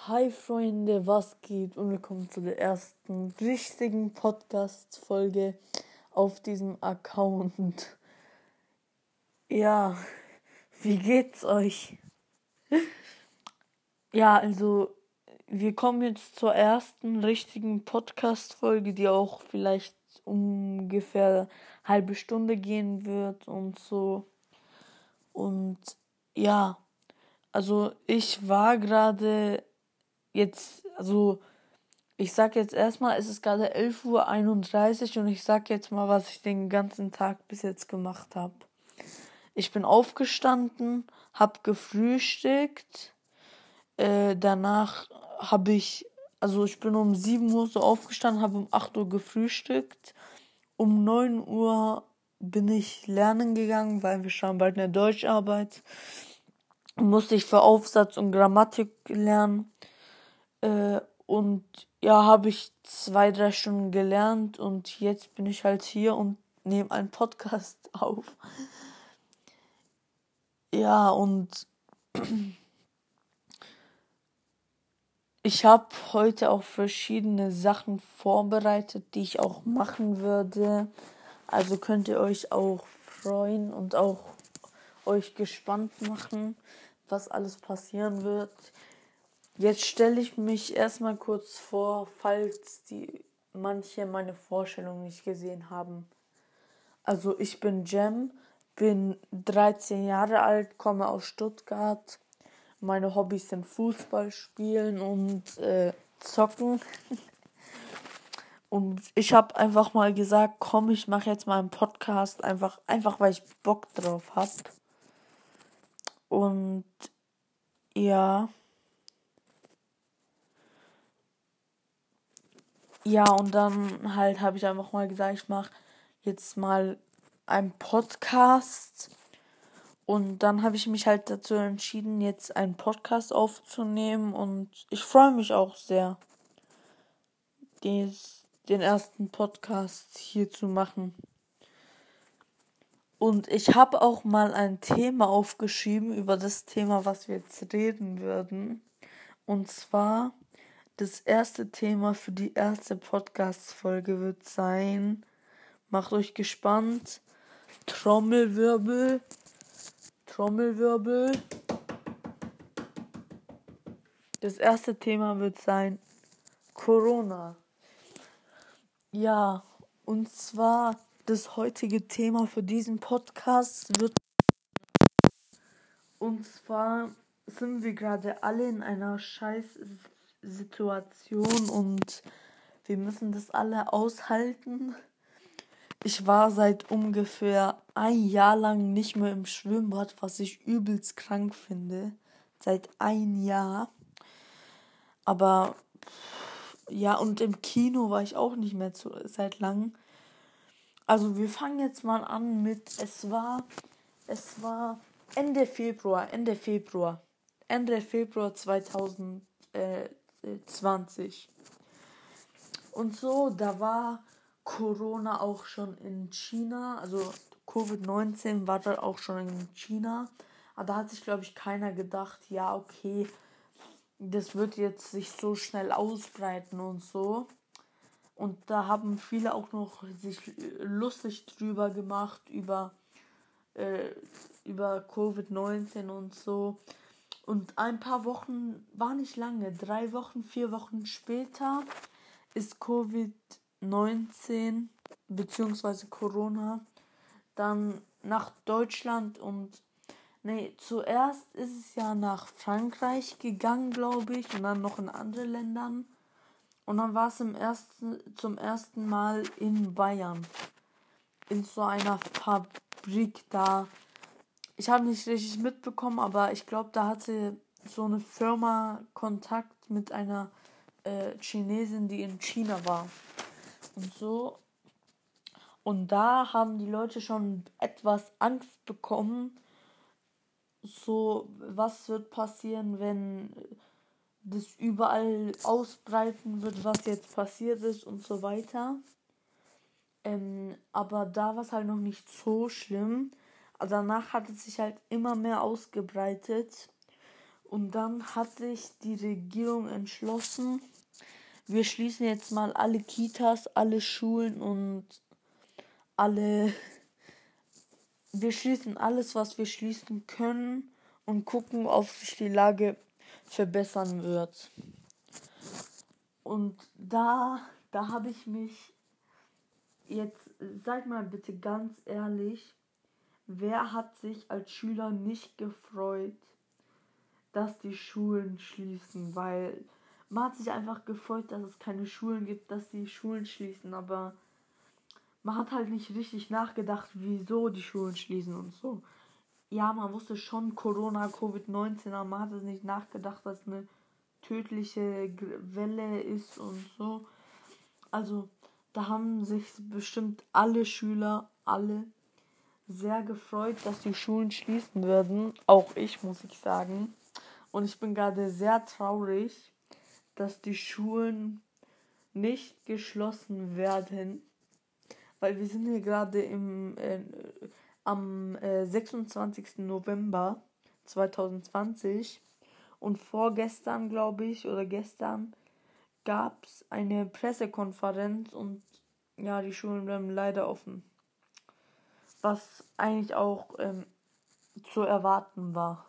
Hi Freunde, was geht? Und willkommen zu der ersten richtigen Podcast-Folge auf diesem Account. Ja, wie geht's euch? Ja, also wir kommen jetzt zur ersten richtigen Podcast-Folge, die auch vielleicht ungefähr halbe Stunde gehen wird und so. Und ja, also ich war gerade jetzt, ich sag jetzt erstmal, es ist gerade 11:31 Uhr und ich sag jetzt mal, was ich den ganzen Tag bis jetzt gemacht habe. Ich bin aufgestanden, hab gefrühstückt, danach ich bin um 7 Uhr so aufgestanden, habe um 8 Uhr gefrühstückt. Um 9 Uhr bin ich lernen gegangen, weil wir schauen bald eine Deutscharbeit. Musste ich für Aufsatz und Grammatik lernen. Und ja, habe ich 2, 3 Stunden gelernt und jetzt bin ich halt hier und nehme einen Podcast auf. Ja, und ich habe heute auch verschiedene Sachen vorbereitet, die ich auch machen würde. Also könnt ihr euch auch freuen und auch euch gespannt machen, was alles passieren wird. Jetzt stelle ich mich erstmal kurz vor, falls manche meine Vorstellung nicht gesehen haben. Also ich bin Jem, bin 13 Jahre alt, komme aus Stuttgart. Meine Hobbys sind Fußball spielen und zocken. Und ich habe einfach mal gesagt, komm, ich mache jetzt mal einen Podcast, einfach weil ich Bock drauf habe. Und ja. Ja, und dann halt habe ich einfach mal gesagt, ich mache jetzt mal einen Podcast. Und dann habe ich mich halt dazu entschieden, jetzt einen Podcast aufzunehmen. Und ich freue mich auch sehr, den ersten Podcast hier zu machen. Und ich habe auch mal ein Thema aufgeschrieben über das Thema, was wir jetzt reden würden. Und zwar, das erste Thema für die erste Podcast-Folge wird sein, macht euch gespannt, Trommelwirbel. Das erste Thema wird sein Corona. Ja, und zwar das heutige Thema für diesen Podcast wird. Und zwar sind wir gerade alle in einer scheiß Situation und wir müssen das alle aushalten. Ich war seit ungefähr ein Jahr lang nicht mehr im Schwimmbad, was ich übelst krank finde. Seit ein Jahr. Aber ja, und im Kino war ich auch nicht mehr seit langem. Also wir fangen jetzt mal an mit, es war Ende Februar 2020. Und so, da war Corona auch schon in China, also Covid-19 war da auch schon in China. Aber da hat sich, glaube ich, keiner gedacht, ja, okay, das wird jetzt sich so schnell ausbreiten und so. Und da haben viele auch noch sich lustig drüber gemacht, über Covid-19 und so. Und ein paar Wochen, war nicht lange, 3 Wochen, 4 Wochen später ist Covid-19 bzw. Corona dann nach Deutschland zuerst ist es ja nach Frankreich gegangen, glaube ich, und dann noch in andere Ländern. Und dann war es zum ersten Mal in Bayern. In so einer Fabrik da. Ich habe nicht richtig mitbekommen, aber ich glaube, da hatte so eine Firma Kontakt mit einer Chinesin, die in China war. Und so. Und da haben die Leute schon etwas Angst bekommen. So, was wird passieren, wenn das überall ausbreiten wird, was jetzt passiert ist und so weiter. Aber da war es halt noch nicht so schlimm. Aber danach hat es sich halt immer mehr ausgebreitet. Und dann hat sich die Regierung entschlossen, wir schließen jetzt mal alle Kitas, alle Schulen und alle... Wir schließen alles, was wir schließen können und gucken, ob sich die Lage verbessern wird. Und da habe ich mich jetzt, sag mal bitte ganz ehrlich, wer hat sich als Schüler nicht gefreut, dass die Schulen schließen? Weil man hat sich einfach gefreut, dass es keine Schulen gibt, dass die Schulen schließen, aber man hat halt nicht richtig nachgedacht, wieso die Schulen schließen und so. Ja, man wusste schon Corona, Covid-19, aber man hat es nicht nachgedacht, dass eine tödliche Welle ist und so. Also, da haben sich bestimmt alle Schüler, alle, sehr gefreut, dass die Schulen schließen würden. Auch ich, muss ich sagen. Und ich bin gerade sehr traurig, dass die Schulen nicht geschlossen werden. Weil wir sind hier gerade am 26. November 2020. Und vorgestern, glaube ich, oder gestern, gab es eine Pressekonferenz und ja, die Schulen bleiben leider offen. Was eigentlich auch zu erwarten war.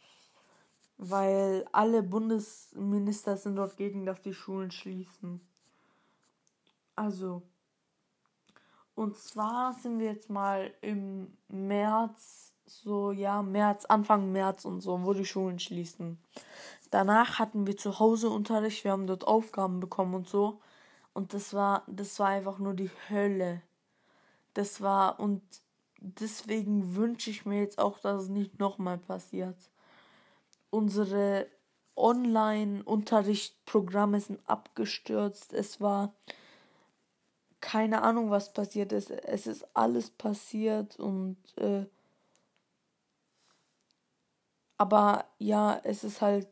Weil alle Bundesminister sind dort gegen, dass die Schulen schließen. Also, und zwar sind wir jetzt mal im März, so ja, März, Anfang März und so, wo die Schulen schließen. Danach hatten wir zu Hause Unterricht, wir haben dort Aufgaben bekommen und so. Und das war einfach nur die Hölle. Und deswegen wünsche ich mir jetzt auch, dass es nicht nochmal passiert. Unsere Online-Unterrichtsprogramme sind abgestürzt. Es war keine Ahnung, was passiert ist. Es ist alles passiert und aber ja, es ist halt,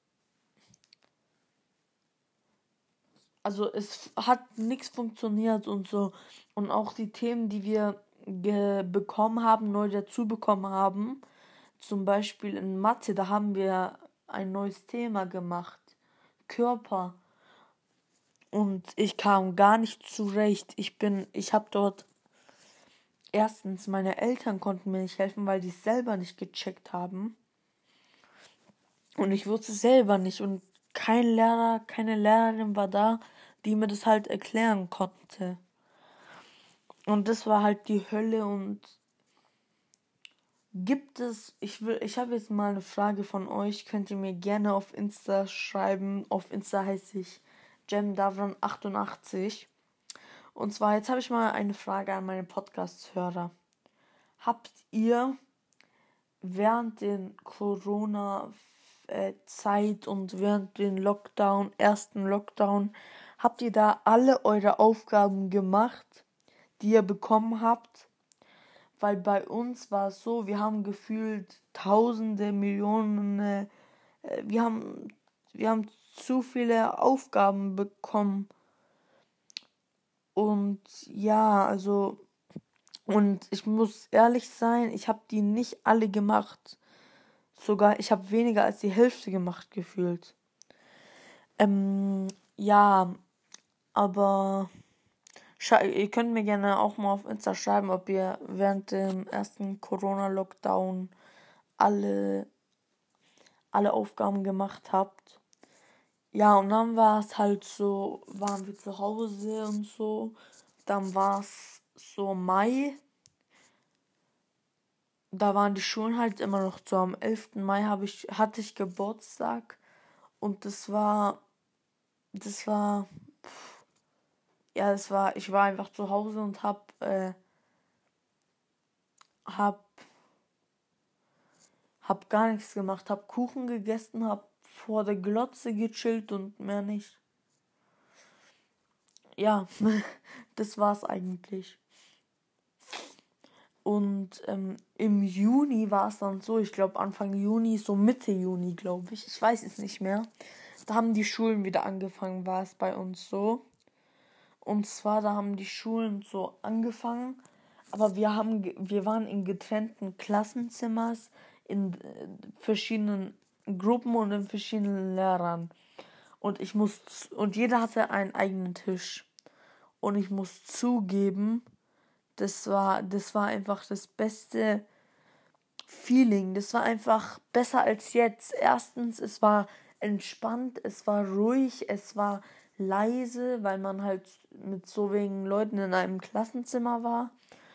also es hat nichts funktioniert und so. Und auch die Themen, die wir bekommen haben, neu dazu bekommen haben, zum Beispiel in Mathe, da haben wir ein neues Thema gemacht. Körper. Und ich kam gar nicht zurecht. Ich habe dort, erstens, meine Eltern konnten mir nicht helfen, weil die es selber nicht gecheckt haben. Und ich wusste es selber nicht. Und kein Lehrer, keine Lehrerin war da, die mir das halt erklären konnte. Und das war halt die Hölle. Und ich habe jetzt mal eine Frage von euch. Könnt ihr mir gerne auf Insta schreiben. Auf Insta heiße ich JemDavran88. Und zwar, jetzt habe ich mal eine Frage an meine Podcast-Hörer. Habt ihr während den Corona-Zeit und während den ersten Lockdown, habt ihr da alle eure Aufgaben gemacht, die ihr bekommen habt? Weil bei uns war es so, wir haben gefühlt Tausende, Millionen, wir haben zu viele Aufgaben bekommen. Und ja, also, und ich muss ehrlich sein, ich habe die nicht alle gemacht. Sogar, ich habe weniger als die Hälfte gemacht gefühlt. Ja, aber ihr könnt mir gerne auch mal auf Insta schreiben, ob ihr während dem ersten Corona-Lockdown alle Aufgaben gemacht habt. Ja, und dann war es halt so, waren wir zu Hause und so. Dann war es so Mai. Da waren die Schulen halt immer noch so. Am 11. Mai hatte ich Geburtstag. Und das war, ich war einfach zu Hause und hab gar nichts gemacht, hab Kuchen gegessen, hab vor der Glotze gechillt und mehr nicht. Ja, das war's eigentlich. Und im Juni war es dann so, ich glaube Anfang Juni, so Mitte Juni, glaube ich. Ich weiß es nicht mehr. Da haben die Schulen wieder angefangen, war es bei uns so. Und zwar, da haben die Schulen so angefangen, aber wir waren in getrennten Klassenzimmers, in verschiedenen Gruppen und in verschiedenen Lehrern. Und jeder hatte einen eigenen Tisch. Und ich muss zugeben, das war einfach das beste Feeling. Das war einfach besser als jetzt. Erstens, es war entspannt, es war ruhig, es war leise, weil man halt mit so wenigen Leuten in einem Klassenzimmer war.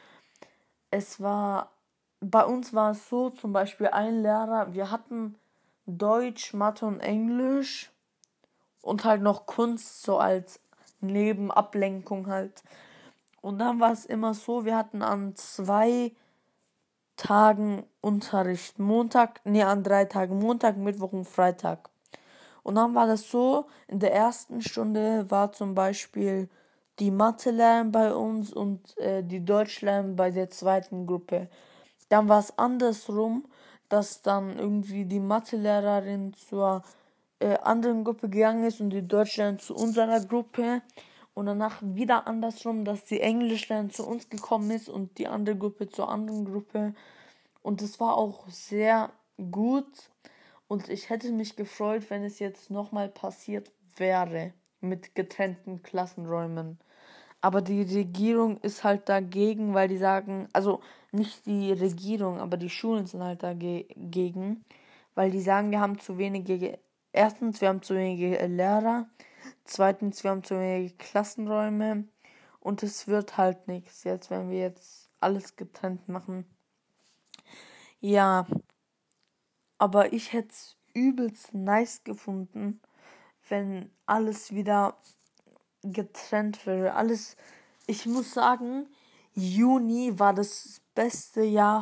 Bei uns war es so, zum Beispiel ein Lehrer, wir hatten Deutsch, Mathe und Englisch und halt noch Kunst so als Nebenablenkung halt. Und dann war es immer so, wir hatten an 2 Tagen Unterricht. An 3 Tagen, Montag, Mittwoch und Freitag. Und dann war das so, in der ersten Stunde war zum Beispiel die Mathe-Lehrerin bei uns und die Deutsch-Lehrerin bei der zweiten Gruppe. Dann war es andersrum, dass dann irgendwie die Mathelehrerin zur anderen Gruppe gegangen ist und die Deutschlehrerin zu unserer Gruppe. Und danach wieder andersrum, dass die Englischlehrerin zu uns gekommen ist und die andere Gruppe zur anderen Gruppe. Und es war auch sehr gut. Und ich hätte mich gefreut, wenn es jetzt nochmal passiert wäre mit getrennten Klassenräumen. Aber die Regierung ist halt dagegen, weil die sagen, also nicht die Regierung, aber die Schulen sind halt dagegen, weil die sagen, erstens, wir haben zu wenige Lehrer, zweitens, wir haben zu wenige Klassenräume und es wird halt nichts jetzt, wenn wir jetzt alles getrennt machen. Ja, aber ich hätte es übelst nice gefunden, wenn alles wieder getrennt wäre. Ich muss sagen, Juni war das beste Jahr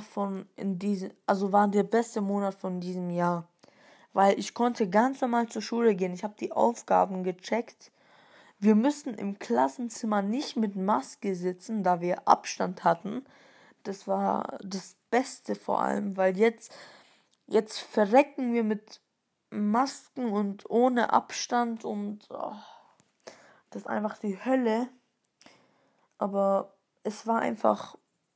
war der beste Monat von diesem Jahr. Weil ich konnte ganz normal zur Schule gehen. Ich habe die Aufgaben gecheckt. Wir müssen im Klassenzimmer nicht mit Maske sitzen, da wir Abstand hatten. Das war das Beste vor allem, weil jetzt verrecken wir mit Masken und ohne Abstand und das ist einfach die Hölle. Aber es war einfach,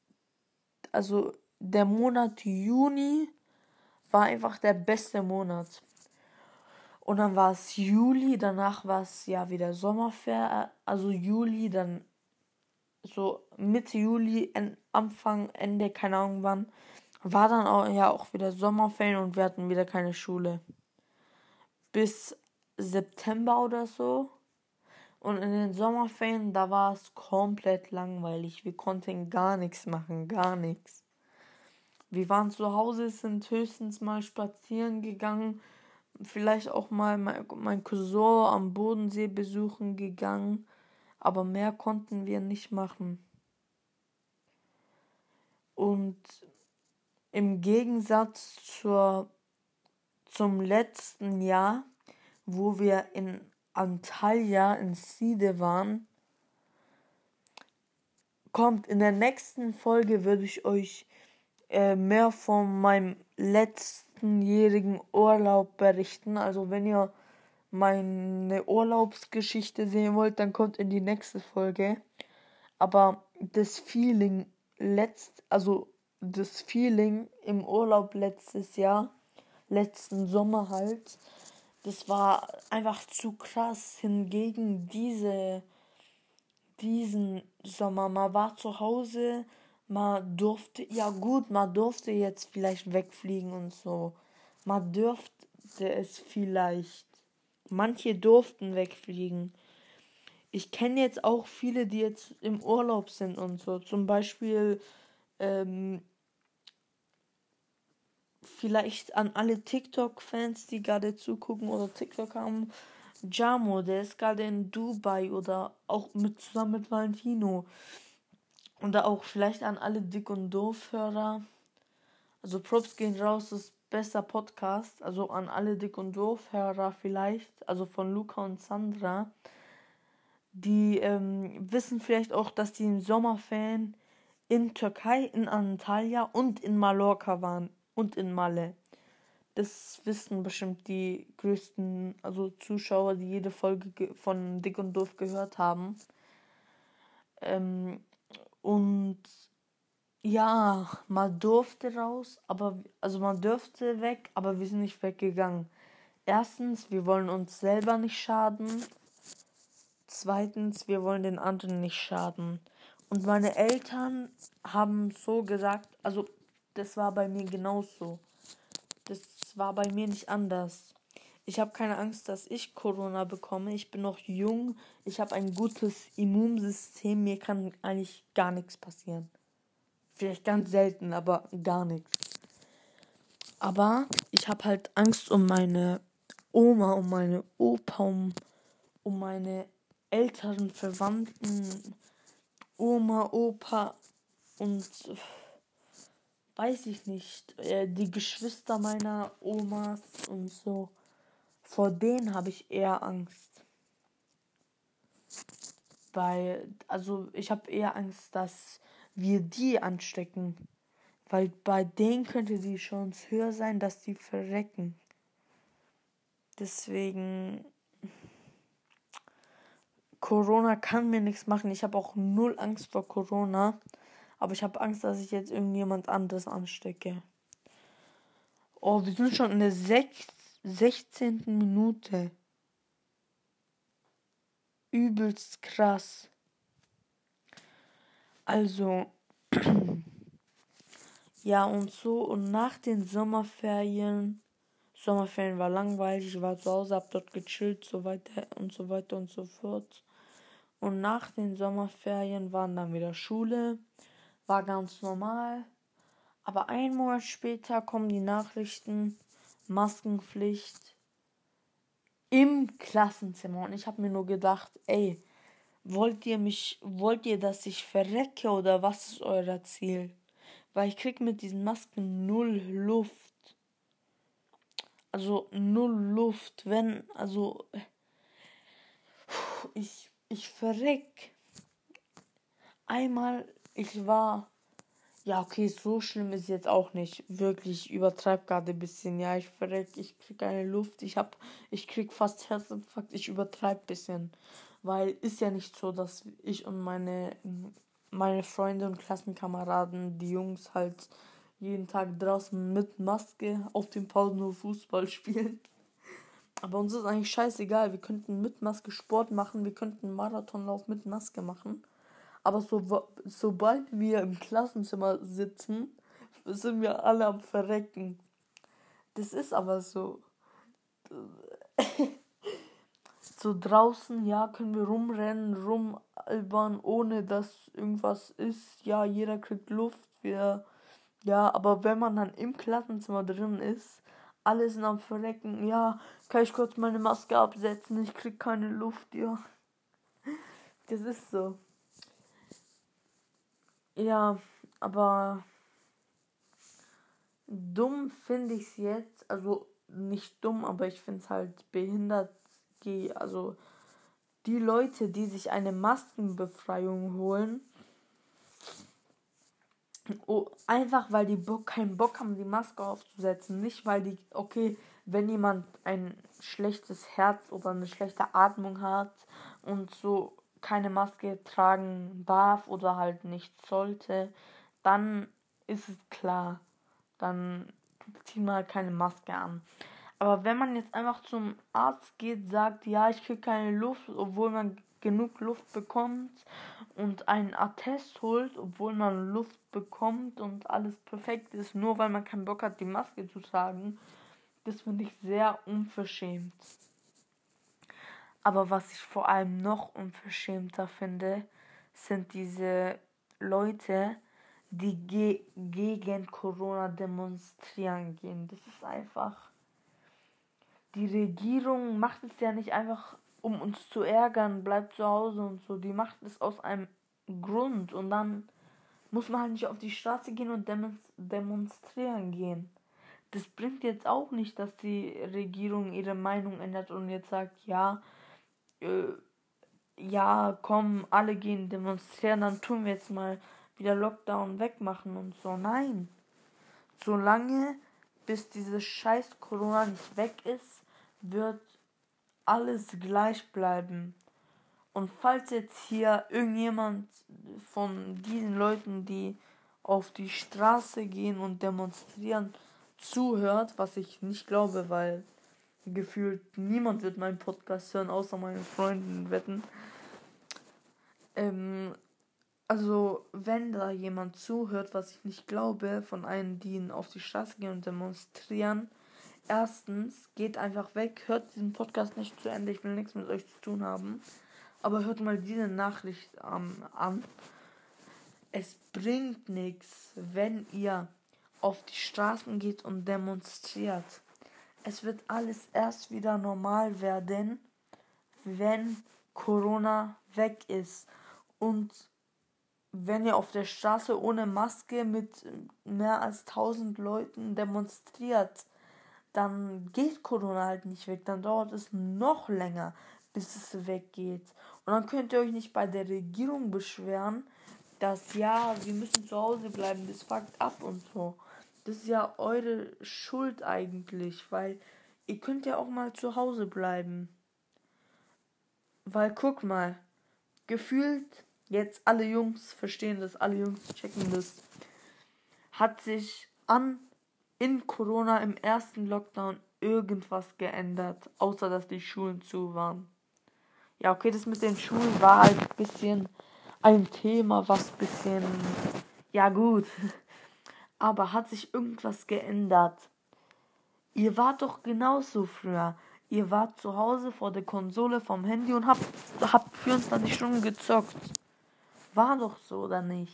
also der Monat Juni war einfach der beste Monat. Und dann war es Juli, danach war es ja wieder Sommerferien, also Juli, dann so Mitte Juli, Anfang, Ende, keine Ahnung wann, war dann auch wieder Sommerferien und wir hatten wieder keine Schule. Bis September oder so. Und in den Sommerferien, da war es komplett langweilig. Wir konnten gar nichts machen, gar nichts. Wir waren zu Hause, sind höchstens mal spazieren gegangen, vielleicht auch mal mein Cousin am Bodensee besuchen gegangen, aber mehr konnten wir nicht machen. Und im Gegensatz zum letzten Jahr, wo wir in Antalya in Side waren, kommt in der nächsten Folge, würde ich euch mehr von meinem letztenjährigen Urlaub berichten. Also wenn ihr meine Urlaubsgeschichte sehen wollt, dann kommt in die nächste Folge. Aber das Feeling im Urlaub letzten Sommer halt, das war einfach zu krass. Hingegen diesen Sommer, man war zu Hause, man durfte jetzt vielleicht wegfliegen und so. Man dürfte es vielleicht. Manche durften wegfliegen. Ich kenne jetzt auch viele, die jetzt im Urlaub sind und so. Zum Beispiel vielleicht an alle TikTok-Fans, die gerade zugucken oder TikTok haben. Jamo, der ist gerade in Dubai oder auch zusammen mit Valentino. Oder auch vielleicht an alle Dick- und Doof-Hörer. Also Props gehen raus, das ist besser Podcast. Also an alle Dick- und Doof-Hörer vielleicht. Also von Luca und Sandra. Die wissen vielleicht auch, dass die im Sommerferien in Türkei, in Antalya und in Mallorca waren. Und in Malle. Das wissen bestimmt die größten, also Zuschauer, die jede Folge von Dick und Doof gehört haben. Und Ja, man durfte raus, also man durfte weg, aber wir sind nicht weggegangen. Erstens, wir wollen uns selber nicht schaden. Zweitens, wir wollen den anderen nicht schaden. Und meine Eltern haben so gesagt, also das war bei mir genauso. Das war bei mir nicht anders. Ich habe keine Angst, dass ich Corona bekomme. Ich bin noch jung. Ich habe ein gutes Immunsystem. Mir kann eigentlich gar nichts passieren. Vielleicht ganz selten, aber gar nichts. Aber ich habe halt Angst um meine Oma, um meine Opa, um meine älteren Verwandten, Oma, Opa und weiß ich nicht, die Geschwister meiner Omas und so. Vor denen habe ich eher Angst. Also ich habe eher Angst, dass wir die anstecken. Weil bei denen könnte die Chance höher sein, dass die verrecken. Deswegen, Corona kann mir nichts machen. Ich habe auch null Angst vor Corona. Aber ich habe Angst, dass ich jetzt irgendjemand anderes anstecke. Oh, wir sind schon in der 16. Minute. Übelst krass. Also, ja und so. Und nach den Sommerferien war langweilig. Ich war zu Hause, hab dort gechillt, so weiter und so weiter und so fort. Und nach den Sommerferien waren dann wieder Schule. War ganz normal. Aber 1 Monat später kommen die Nachrichten, Maskenpflicht im Klassenzimmer. Und ich habe mir nur gedacht, ey, wollt ihr, dass ich verrecke oder was ist euer Ziel? Weil ich krieg mit diesen Masken null Luft. Also null Luft. Ich verreck. Einmal, ja, okay, so schlimm ist jetzt auch nicht. Wirklich, ich übertreibe gerade ein bisschen. Ja, ich verreck, ich krieg keine Luft. Ich krieg fast Herzinfarkt. Ich übertreibe ein bisschen. Weil ist ja nicht so, dass ich und meine Freunde und Klassenkameraden, die Jungs halt jeden Tag draußen mit Maske auf dem Pausenhof Fußball spielen. Aber uns ist eigentlich scheißegal. Wir könnten mit Maske Sport machen. Wir könnten Marathonlauf mit Maske machen. Aber sobald wir im Klassenzimmer sitzen, sind wir alle am Verrecken. Das ist aber so. So draußen, ja, können wir rumrennen, rumalbern, ohne dass irgendwas ist. Ja, jeder kriegt Luft. Ja, aber wenn man dann im Klassenzimmer drin ist, alle sind am Verrecken. Ja, kann ich kurz meine Maske absetzen? Ich krieg keine Luft, ja. Das ist so. Ja, aber dumm finde ich es jetzt, also nicht dumm, aber ich finde es halt behindert, also die Leute, die sich eine Maskenbefreiung holen, einfach weil die keinen Bock haben, die Maske aufzusetzen, nicht weil okay, wenn jemand ein schlechtes Herz oder eine schlechte Atmung hat und so keine Maske tragen darf oder halt nicht sollte, dann ist es klar, dann zieht man halt keine Maske an. Aber wenn man jetzt einfach zum Arzt geht, sagt, ja, ich kriege keine Luft, obwohl man genug Luft bekommt und einen Attest holt, obwohl man Luft bekommt und alles perfekt ist, nur weil man keinen Bock hat, die Maske zu tragen, das finde ich sehr unverschämt. Aber was ich vor allem noch unverschämter finde, sind diese Leute, die gegen Corona demonstrieren gehen. Das ist einfach... Die Regierung macht es ja nicht einfach, um uns zu ärgern, bleibt zu Hause und so. Die macht es aus einem Grund. Und dann muss man halt nicht auf die Straße gehen und demonstrieren gehen. Das bringt jetzt auch nicht, dass die Regierung ihre Meinung ändert und jetzt sagt, äh, ja, komm, alle gehen demonstrieren, dann tun wir jetzt mal wieder Lockdown wegmachen und so. Nein. Solange bis dieses scheiß Corona nicht weg ist, wird alles gleich bleiben. Und falls jetzt hier irgendjemand von diesen Leuten, die auf die Straße gehen und demonstrieren zuhört, was ich nicht glaube, weil gefühlt niemand wird meinen Podcast hören, außer meinen Freunden wetten. Also, wenn da jemand zuhört, was ich nicht glaube, von einem, die auf die Straße gehen und demonstrieren, erstens, geht einfach weg, hört diesen Podcast nicht zu Ende, ich will nichts mit euch zu tun haben, aber hört mal diese Nachricht an. Es bringt nichts, wenn ihr auf die Straßen geht und demonstriert. Es wird alles erst wieder normal werden, wenn Corona weg ist. Und wenn ihr auf der Straße ohne Maske mit mehr als 1000 Leuten demonstriert, dann geht Corona halt nicht weg. Dann dauert es noch länger, bis es weggeht. Und dann könnt ihr euch nicht bei der Regierung beschweren, dass ja, wir müssen zu Hause bleiben, das fuckt ab und so. Das ist ja eure Schuld eigentlich, weil ihr könnt ja auch mal zu Hause bleiben. Weil guck mal, gefühlt jetzt alle Jungs verstehen das, alle Jungs checken das, hat sich in Corona im ersten Lockdown irgendwas geändert, außer dass die Schulen zu waren. Ja, okay, das mit den Schulen war halt ein bisschen ein Thema, was ein bisschen, ja gut, aber hat sich irgendwas geändert? Ihr wart doch genauso früher. Ihr wart zu Hause vor der Konsole vom Handy und habt 24 Stunden gezockt. War doch so, oder nicht?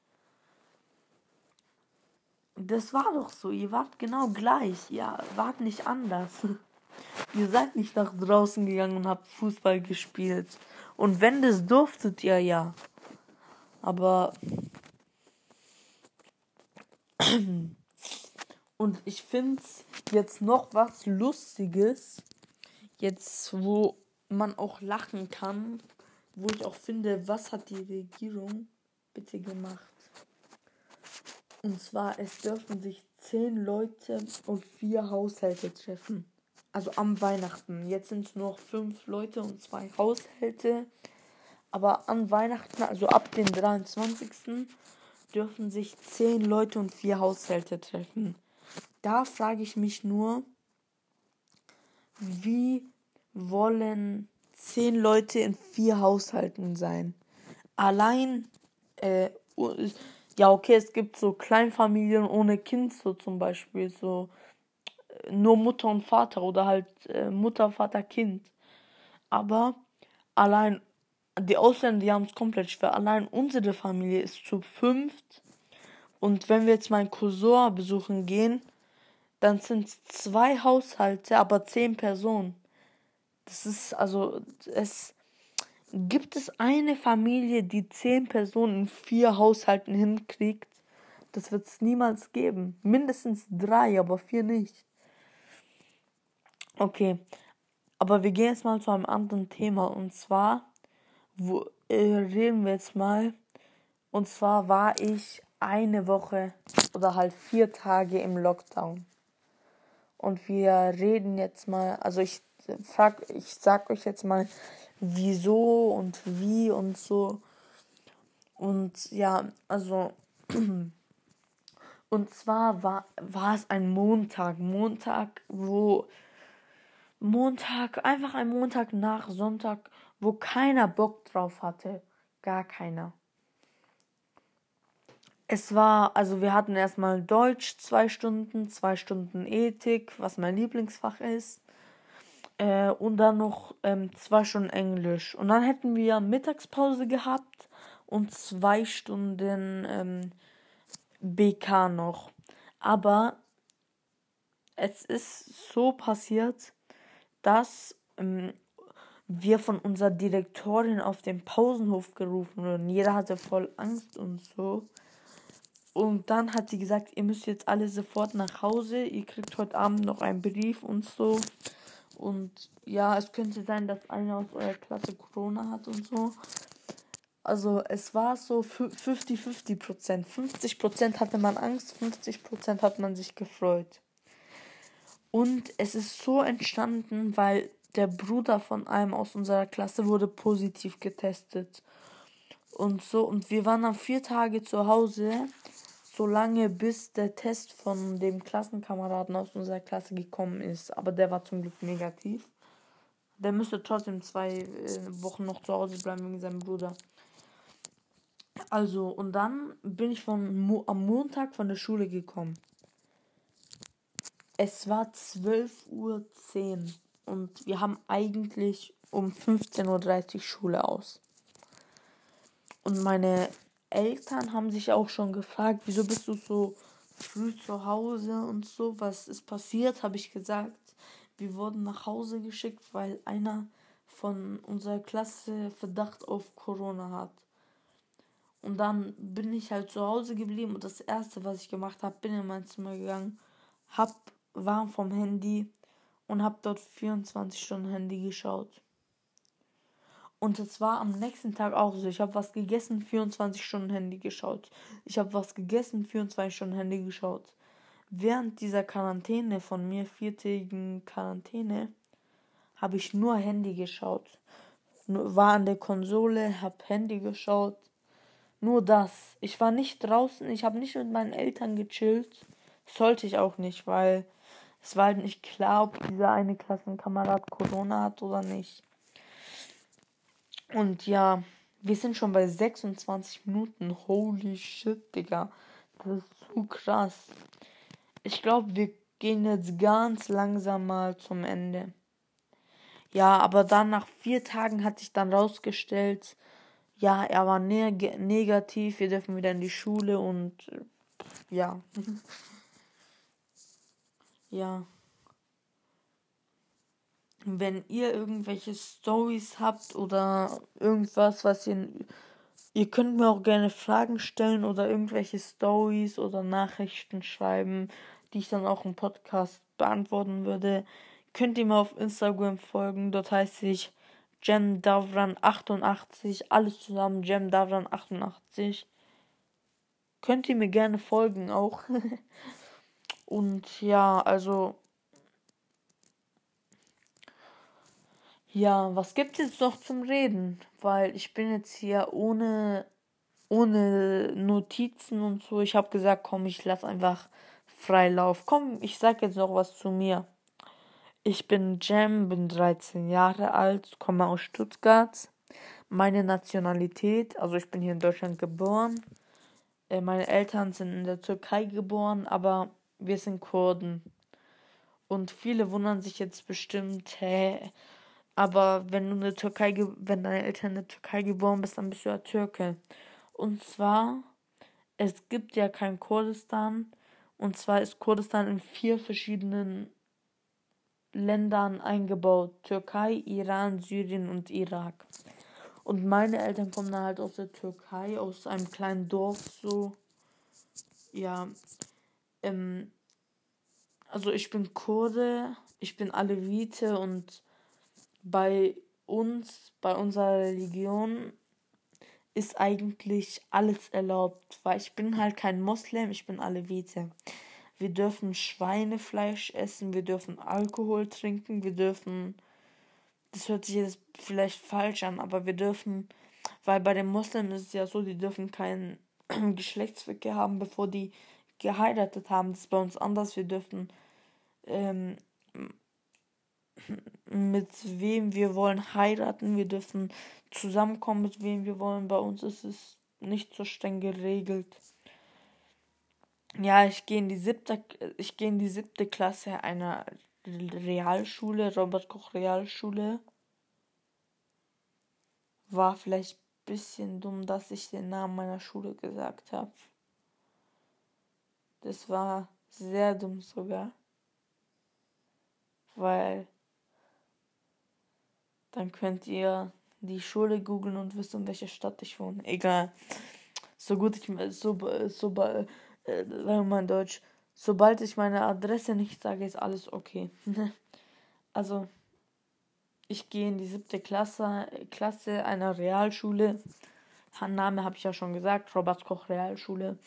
Das war doch so. Ihr wart genau gleich. Ihr wart nicht anders. Ihr seid nicht nach draußen gegangen und habt Fußball gespielt. Und wenn, das durftet ihr ja. Aber und ich find's jetzt noch was Lustiges, jetzt wo man auch lachen kann, wo ich auch finde, was hat die Regierung bitte gemacht? Und zwar, es dürfen sich 10 Leute und 4 Haushalte treffen. Also am Weihnachten. Jetzt sind es nur noch 5 Leute und 2 Haushalte. Aber an Weihnachten, also ab dem 23. dürfen sich 10 Leute und 4 Haushalte treffen. Da frage ich mich nur, wie wollen 10 Leute in 4 Haushalten sein? Allein, ja okay, es gibt so Kleinfamilien ohne Kind, so zum Beispiel, so nur Mutter und Vater oder halt Mutter, Vater, Kind. Aber allein, die Ausländer, die haben es komplett schwer. Allein unsere Familie ist zu 5. Und wenn wir jetzt meinen Cousin besuchen gehen, dann sind es 2 Haushalte, aber 10 Personen. Das ist, also, gibt es eine Familie, die 10 Personen in 4 Haushalten hinkriegt? Das wird es niemals geben. Mindestens 3, aber 4 nicht. Okay, aber wir gehen jetzt mal zu einem anderen Thema. Und zwar, reden wir jetzt mal. Und zwar war ich eine Woche oder halt 4 Tage im Lockdown. Und wir reden jetzt mal, also ich sag euch jetzt mal, wieso und wie und so. Und ja, also, und zwar war es ein Montag, einfach ein Montag nach Sonntag, wo keiner Bock drauf hatte. Gar keiner. Also wir hatten erstmal Deutsch 2 Stunden, 2 Stunden Ethik, was mein Lieblingsfach ist. Und dann noch 2 Stunden Englisch. Und dann hätten wir Mittagspause gehabt und 2 Stunden BK noch. Aber es ist so passiert, dass wir von unserer Direktorin auf den Pausenhof gerufen wurden. Jeder hatte voll Angst und so. Und dann hat sie gesagt, ihr müsst jetzt alle sofort nach Hause. Ihr kriegt heute Abend noch einen Brief und so. Und ja, es könnte sein, dass einer aus eurer Klasse Corona hat und so. Also es war so 50-50%. 50% hatte man Angst, 50% hat man sich gefreut. Und es ist so entstanden, weil der Bruder von einem aus unserer Klasse wurde positiv getestet. Und so, und wir waren dann 4 Tage zu Hause. so lange, bis der Test von dem Klassenkameraden aus unserer Klasse gekommen ist. Aber der war zum Glück negativ. Der müsste trotzdem 2 Wochen noch zu Hause bleiben wegen seinem Bruder. Also, und dann bin ich am Montag von der Schule gekommen. Es war 12:10 Uhr und wir haben eigentlich um 15:30 Uhr Schule aus. Und meine Eltern haben sich auch schon gefragt, wieso bist du so früh zu Hause und so, was ist passiert, habe ich gesagt. Wir wurden nach Hause geschickt, weil einer von unserer Klasse Verdacht auf Corona hat. Und dann bin ich halt zu Hause geblieben und das erste, was ich gemacht habe, bin in mein Zimmer gegangen, war vom Handy und habe dort 24 Stunden Handy geschaut. Und es war am nächsten Tag auch so. Ich habe was gegessen, 24 Stunden Handy geschaut. Ich habe was gegessen, 24 Stunden Handy geschaut. Während dieser Quarantäne von mir, 4-tägigen Quarantäne, habe ich nur Handy geschaut. War an der Konsole, habe Handy geschaut. Nur das. Ich war nicht draußen, ich habe nicht mit meinen Eltern gechillt. Sollte ich auch nicht, weil es war halt nicht klar, ob dieser eine Klassenkamerad Corona hat oder nicht. Und ja, wir sind schon bei 26 Minuten. Holy shit, Digga. Das ist so krass. Ich glaube, wir gehen jetzt ganz langsam mal zum Ende. Ja, aber dann nach 4 Tagen hat sich dann rausgestellt, ja, er war negativ, wir dürfen wieder in die Schule und ja. Ja. Wenn ihr irgendwelche Stories habt oder irgendwas, was ihr könnt mir auch gerne Fragen stellen oder irgendwelche Stories oder Nachrichten schreiben, die ich dann auch im Podcast beantworten würde. Könnt ihr mir auf Instagram folgen, dort heiße ich JemDavran88, alles zusammen JemDavran88. Könnt ihr mir gerne folgen auch. Und ja, also ja, was gibt es jetzt noch zum Reden? Weil ich bin jetzt hier ohne Notizen und so. Ich habe gesagt, komm, ich lass einfach Freilauf. Komm, ich sag jetzt noch was zu mir. Ich bin Jem, bin 13 Jahre alt, komme aus Stuttgart. Meine Nationalität, also ich bin hier in Deutschland geboren. Meine Eltern sind in der Türkei geboren, aber wir sind Kurden. Und viele wundern sich jetzt bestimmt, hä? Aber wenn deine Eltern in der Türkei geboren bist, dann bist du ja Türke. Und zwar, es gibt ja kein Kurdistan. Und zwar ist Kurdistan in 4 verschiedenen Ländern eingebaut. Türkei, Iran, Syrien und Irak. Und meine Eltern kommen dann halt aus der Türkei, aus einem kleinen Dorf so. Ja, also ich bin Kurde, ich bin Alevite und bei unserer Religion ist eigentlich alles erlaubt, weil ich bin halt kein Moslem, ich bin Alevite. Wir dürfen Schweinefleisch essen, wir dürfen Alkohol trinken, das hört sich jetzt vielleicht falsch an, aber wir dürfen, weil bei den Moslems ist es ja so, die dürfen keinen Geschlechtsverkehr haben, bevor die geheiratet haben. Das ist bei uns anders, wir dürfen ähm, mit wem wir wollen heiraten, wir dürfen zusammenkommen, mit wem wir wollen. Bei uns ist es nicht so streng geregelt. Ja, ich gehe in die 7. Klasse einer Realschule, Robert Koch Realschule. War vielleicht ein bisschen dumm, dass ich den Namen meiner Schule gesagt habe. Das war sehr dumm sogar. Weil dann könnt ihr die Schule googeln und wisst, in welcher Stadt ich wohne. Egal. Sagen wir mal in Deutsch. Sobald ich meine Adresse nicht sage, ist alles okay. Also, ich gehe in die 7. Klasse einer Realschule. Name habe ich ja schon gesagt, Robert Koch Realschule.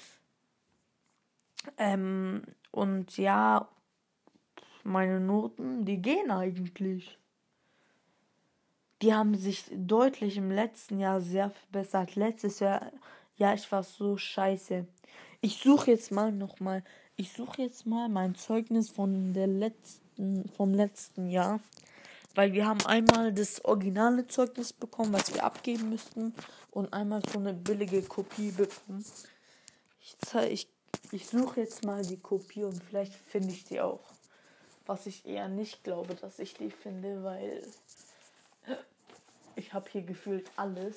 Und ja, meine Noten, die gehen eigentlich. Die haben sich deutlich im letzten Jahr sehr verbessert. Letztes Jahr, ja, ich war so scheiße. Ich suche jetzt mal mein Zeugnis vom letzten Jahr. Weil wir haben einmal das originale Zeugnis bekommen, was wir abgeben müssten. Und einmal so eine billige Kopie bekommen. Ich suche jetzt mal die Kopie und vielleicht finde ich die auch. Was ich eher nicht glaube, dass ich die finde, weil ich habe hier gefühlt alles.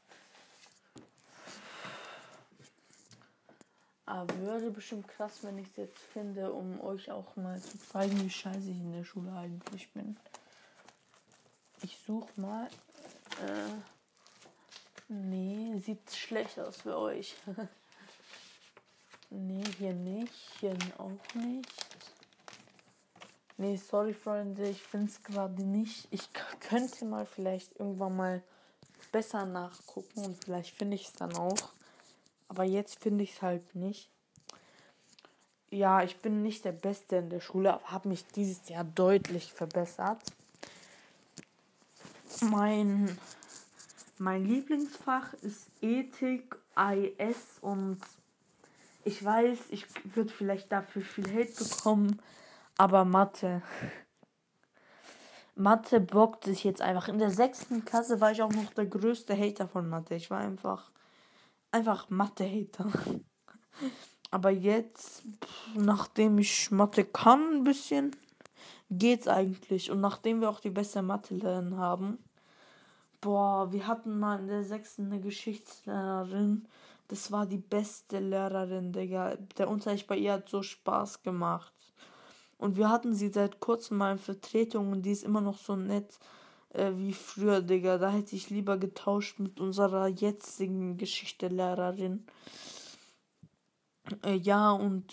Aber würde bestimmt krass, wenn ich es jetzt finde, um euch auch mal zu zeigen, wie scheiße ich in der Schule eigentlich bin. Ich suche mal. Nee, sieht schlecht aus für euch. Nee, hier nicht. Hier auch nicht. Nee, sorry, Freunde, ich finde es gerade nicht. Ich könnte mal vielleicht irgendwann mal besser nachgucken und vielleicht finde ich es dann auch. Aber jetzt finde ich es halt nicht. Ja, ich bin nicht der Beste in der Schule, aber habe mich dieses Jahr deutlich verbessert. Mein Lieblingsfach ist Ethik, IS und ich weiß, ich würde vielleicht dafür viel Hate bekommen, aber Mathe. Mathe bockt sich jetzt einfach. In der 6. Klasse war ich auch noch der größte Hater von Mathe. Ich war einfach Mathe-Hater. Aber jetzt, nachdem ich Mathe kann ein bisschen, geht's eigentlich. Und nachdem wir auch die beste Mathe-Lehrerin haben, wir hatten mal in der 6. eine Geschichtslehrerin. Das war die beste Lehrerin, Digga. Der Unterricht bei ihr hat so Spaß gemacht. Und wir hatten sie seit kurzem mal in Vertretung und die ist immer noch so nett wie früher, Digga. Da hätte ich lieber getauscht mit unserer jetzigen Geschichtslehrerin. Ja, und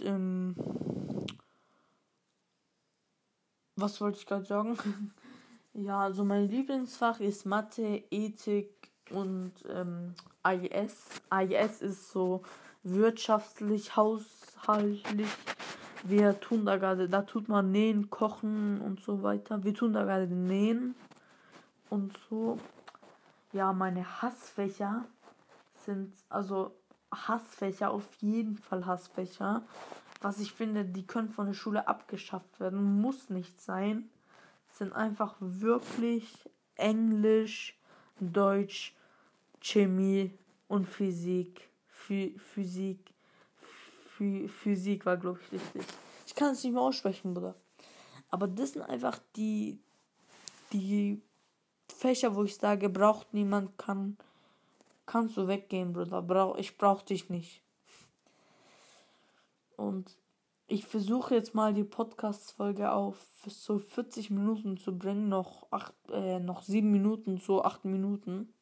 was wollte ich gerade sagen? Ja, also mein Lieblingsfach ist Mathe, Ethik und IS. IS ist so wirtschaftlich, haushaltlich. Wir tun da tut man nähen, kochen und so weiter. Wir tun da gerade nähen und so. Ja, meine Hassfächer sind, also Hassfächer, auf jeden Fall Hassfächer. Was ich finde, die können von der Schule abgeschafft werden, muss nicht sein. Sind einfach wirklich Englisch, Deutsch, Chemie und Physik. Physik war, glaube ich, richtig. Ich kann es nicht mehr aussprechen, Bruder. Aber das sind einfach die Fächer, wo ich sage, braucht niemand, kannst du weggehen, Bruder. Ich brauch dich nicht. Und ich versuche jetzt mal die Podcast-Folge auf so 40 Minuten zu bringen. Noch 7 Minuten, so 8 Minuten.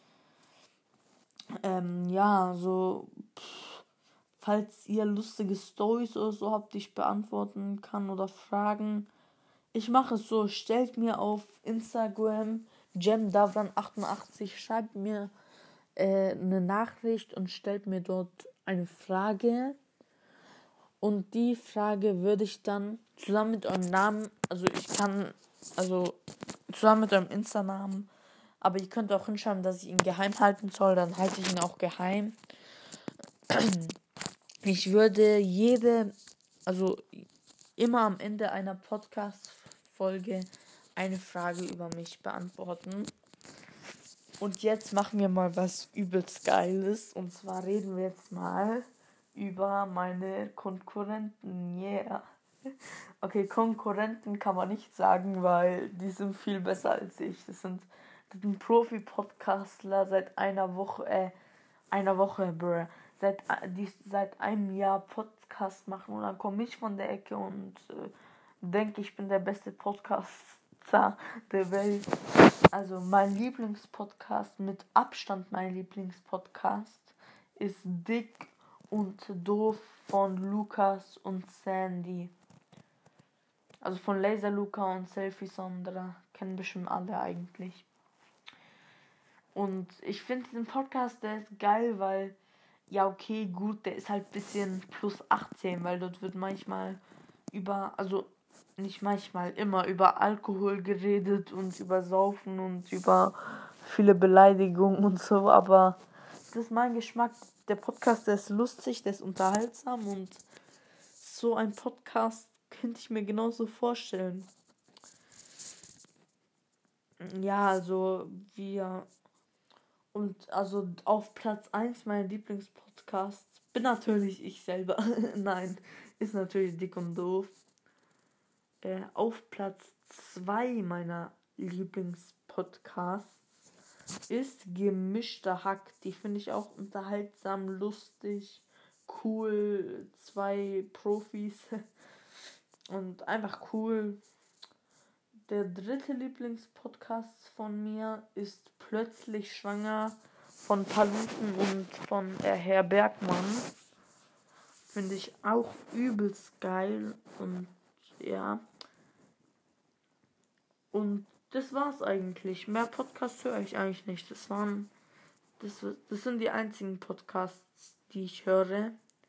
Ja, so... Falls ihr lustige Storys oder so habt, die ich beantworten kann oder Fragen. Ich mache es so, stellt mir auf Instagram jemdavran88, schreibt mir eine Nachricht und stellt mir dort eine Frage. Und die Frage würde ich dann zusammen mit eurem Namen, zusammen mit eurem Insta-Namen, aber ihr könnt auch hinschreiben, dass ich ihn geheim halten soll, dann halte ich ihn auch geheim. Ich würde immer am Ende einer Podcast-Folge eine Frage über mich beantworten. Und jetzt machen wir mal was übelst Geiles. Und zwar reden wir jetzt mal über meine Konkurrenten. Yeah. Okay, Konkurrenten kann man nicht sagen, weil die sind viel besser als ich. Das sind Profi-Podcastler seit einer Woche, bruh. Die seit einem Jahr Podcast machen und dann komme ich von der Ecke und denke, ich bin der beste Podcaster der Welt. Also mein Lieblingspodcast, mit Abstand mein Lieblingspodcast, ist Dick und Doof von Lukas und Sandy. Also von Laser Luca und Selfie Sandra. Kennen bestimmt alle eigentlich. Und ich finde diesen Podcast, der ist geil, weil ja, okay, gut, der ist halt ein bisschen plus 18, weil dort wird manchmal immer über Alkohol geredet und über Saufen und über viele Beleidigungen und so, aber das ist mein Geschmack. der Podcast, der ist lustig, der ist unterhaltsam und so ein Podcast könnte ich mir genauso vorstellen. Ja, also wir und also auf Platz 1 meiner Lieblingspodcasts bin natürlich ich selber. Nein, ist natürlich dick und doof. Auf Platz 2 meiner Lieblingspodcasts ist Gemischter Hack. Die finde ich auch unterhaltsam, lustig, cool. Zwei Profis und einfach cool. Der dritte Lieblingspodcast von mir ist Plötzlich schwanger von Paluten und von Herr Bergmann. Finde ich auch übelst geil und ja. Und das war's eigentlich. Mehr Podcasts höre ich eigentlich nicht. Das sind die einzigen Podcasts, die ich höre.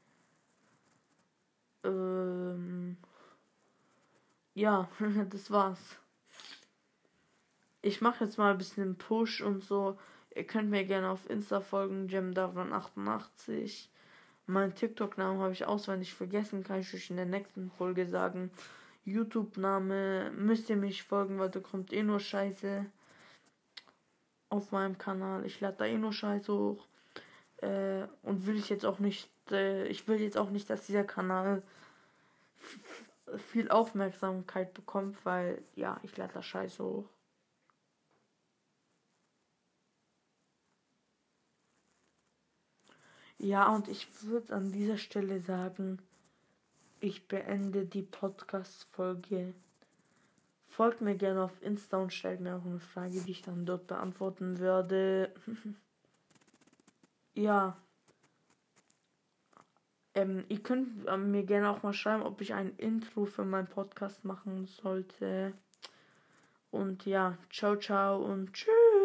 Ja, das war's. Ich mache jetzt mal ein bisschen einen Push und so. Ihr könnt mir gerne auf Insta folgen, JamDavran88. Meinen TikTok-Namen habe ich auswendig vergessen, kann ich euch in der nächsten Folge sagen. YouTube-Name müsst ihr mich folgen, weil da kommt eh nur Scheiße auf meinem Kanal. Ich lade da eh nur Scheiße hoch. Und will ich jetzt auch nicht, ich will jetzt auch nicht, dass dieser Kanal viel Aufmerksamkeit bekommt, weil ja, ich lade da Scheiße hoch. Ja, und ich würde an dieser Stelle sagen, ich beende die Podcast-Folge. Folgt mir gerne auf Insta und stellt mir auch eine Frage, die ich dann dort beantworten werde. Ja. Ihr könnt mir gerne auch mal schreiben, ob ich ein Intro für meinen Podcast machen sollte. Und ja, ciao, ciao und tschüss.